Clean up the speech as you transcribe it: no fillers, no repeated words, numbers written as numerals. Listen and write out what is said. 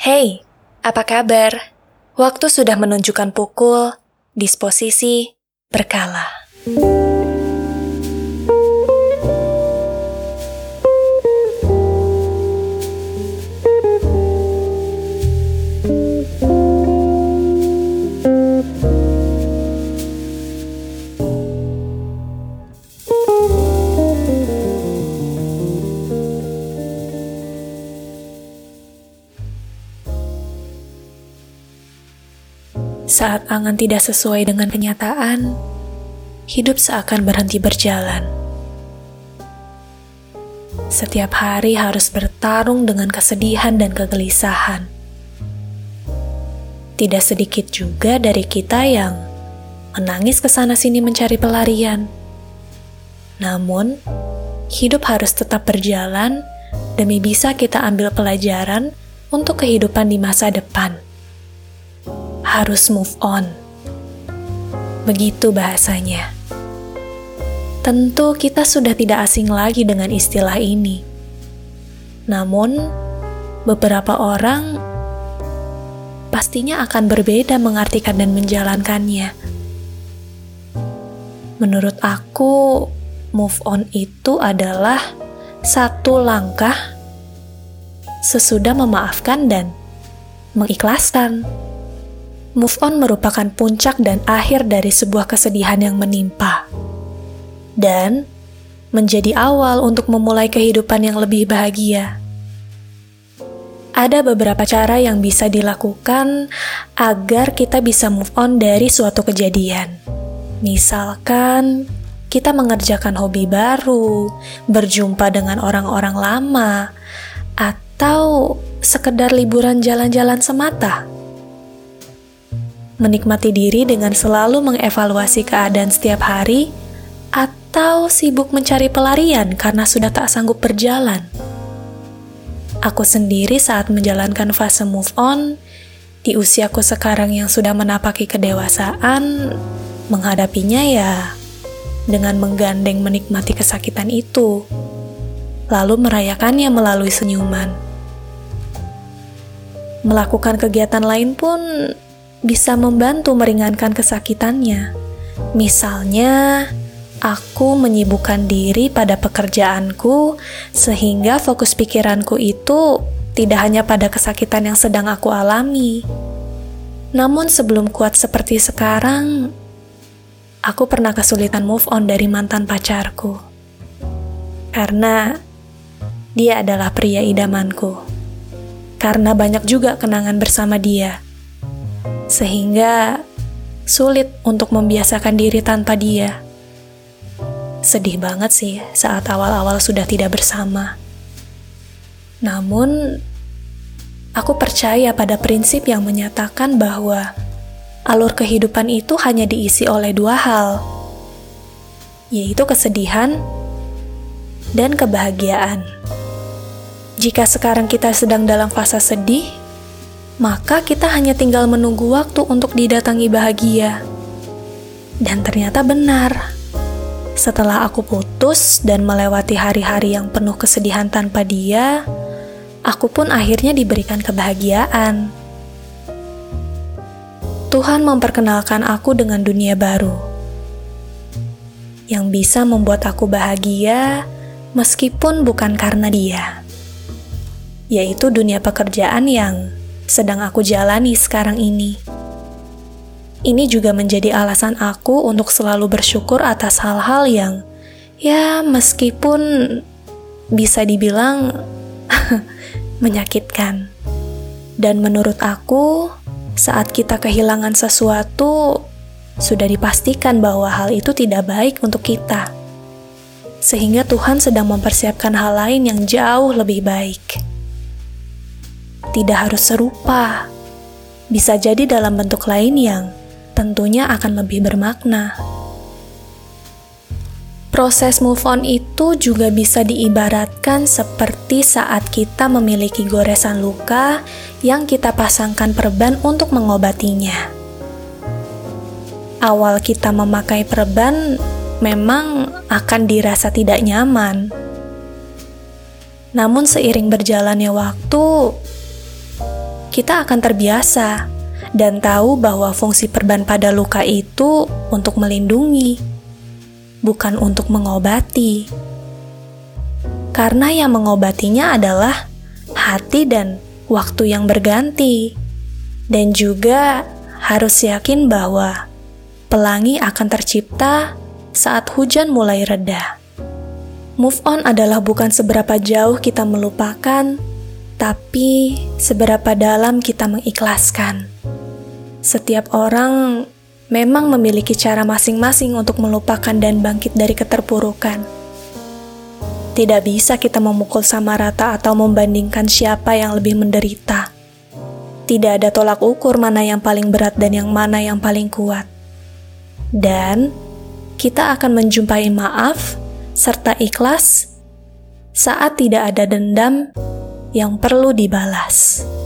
Hey, apa kabar? Waktu sudah menunjukkan pukul, disposisi, berkala. Saat angan tidak sesuai dengan kenyataan, hidup seakan berhenti berjalan. Setiap hari harus bertarung dengan kesedihan dan kegelisahan. Tidak sedikit juga dari kita yang menangis kesana-sini mencari pelarian. Namun, hidup harus tetap berjalan demi bisa kita ambil pelajaran untuk kehidupan di masa depan. Harus move on. Begitu bahasanya. Tentu kita sudah tidak asing lagi dengan istilah ini. Namun, beberapa orang pastinya akan berbeda mengartikan dan menjalankannya. Menurut aku, move on itu adalah satu langkah sesudah memaafkan dan mengikhlaskan. Move on merupakan puncak dan akhir dari sebuah kesedihan yang menimpa, dan menjadi awal untuk memulai kehidupan yang lebih bahagia. Ada beberapa cara yang bisa dilakukan agar kita bisa move on dari suatu kejadian. Misalkan, kita mengerjakan hobi baru, berjumpa dengan orang-orang lama, atau sekedar liburan jalan-jalan semata. Menikmati diri dengan selalu mengevaluasi keadaan setiap hari, atau sibuk mencari pelarian karena sudah tak sanggup berjalan. Aku sendiri saat menjalankan fase move on, di usiaku sekarang yang sudah menapaki kedewasaan, menghadapinya ya dengan menggandeng menikmati kesakitan itu, lalu merayakannya melalui senyuman. Melakukan kegiatan lain pun bisa membantu meringankan kesakitannya. Misalnya, aku menyibukkan diri pada pekerjaanku sehingga fokus pikiranku itu tidak hanya pada kesakitan yang sedang aku alami. Namun sebelum kuat seperti sekarang, aku pernah kesulitan move on dari mantan pacarku. Karena dia adalah pria idamanku. Karena banyak juga kenangan bersama dia. Sehingga sulit untuk membiasakan diri tanpa dia. Sedih banget sih saat awal-awal sudah tidak bersama. Namun, aku percaya pada prinsip yang menyatakan bahwa alur kehidupan itu hanya diisi oleh dua hal, yaitu kesedihan dan kebahagiaan. Jika sekarang kita sedang dalam fase sedih, maka kita hanya tinggal menunggu waktu untuk didatangi bahagia. Dan ternyata benar. Setelah aku putus dan melewati hari-hari yang penuh kesedihan tanpa dia, aku pun akhirnya diberikan kebahagiaan. Tuhan memperkenalkan aku dengan dunia baru, yang bisa membuat aku bahagia meskipun bukan karena dia, yaitu dunia pekerjaan yang sedang aku jalani sekarang ini. Ini juga menjadi alasan aku untuk selalu bersyukur atas hal-hal yang, ya meskipun bisa dibilang menyakitkan. Dan menurut aku, saat kita kehilangan sesuatu, sudah dipastikan bahwa hal itu tidak baik untuk kita. Sehingga Tuhan sedang mempersiapkan hal lain yang jauh lebih baik. Tidak harus serupa, bisa jadi dalam bentuk lain yang tentunya akan lebih bermakna. Proses move on itu juga bisa diibaratkan seperti saat kita memiliki goresan luka yang kita pasangkan perban untuk mengobatinya. Awal kita memakai perban memang akan dirasa tidak nyaman. Namun seiring berjalannya waktu, kita akan terbiasa dan tahu bahwa fungsi perban pada luka itu untuk melindungi, bukan untuk mengobati. Karena yang mengobatinya adalah hati dan waktu yang berganti. Dan juga harus yakin bahwa pelangi akan tercipta saat hujan mulai reda. Move on adalah bukan seberapa jauh kita melupakan, tapi seberapa dalam kita mengikhlaskan. Setiap orang memang memiliki cara masing-masing untuk melupakan dan bangkit dari keterpurukan. Tidak bisa kita memukul sama rata atau membandingkan siapa yang lebih menderita. Tidak ada tolak ukur mana yang paling berat dan yang mana yang paling kuat. Dan kita akan menjumpai maaf serta ikhlas saat tidak ada dendam yang perlu dibalas.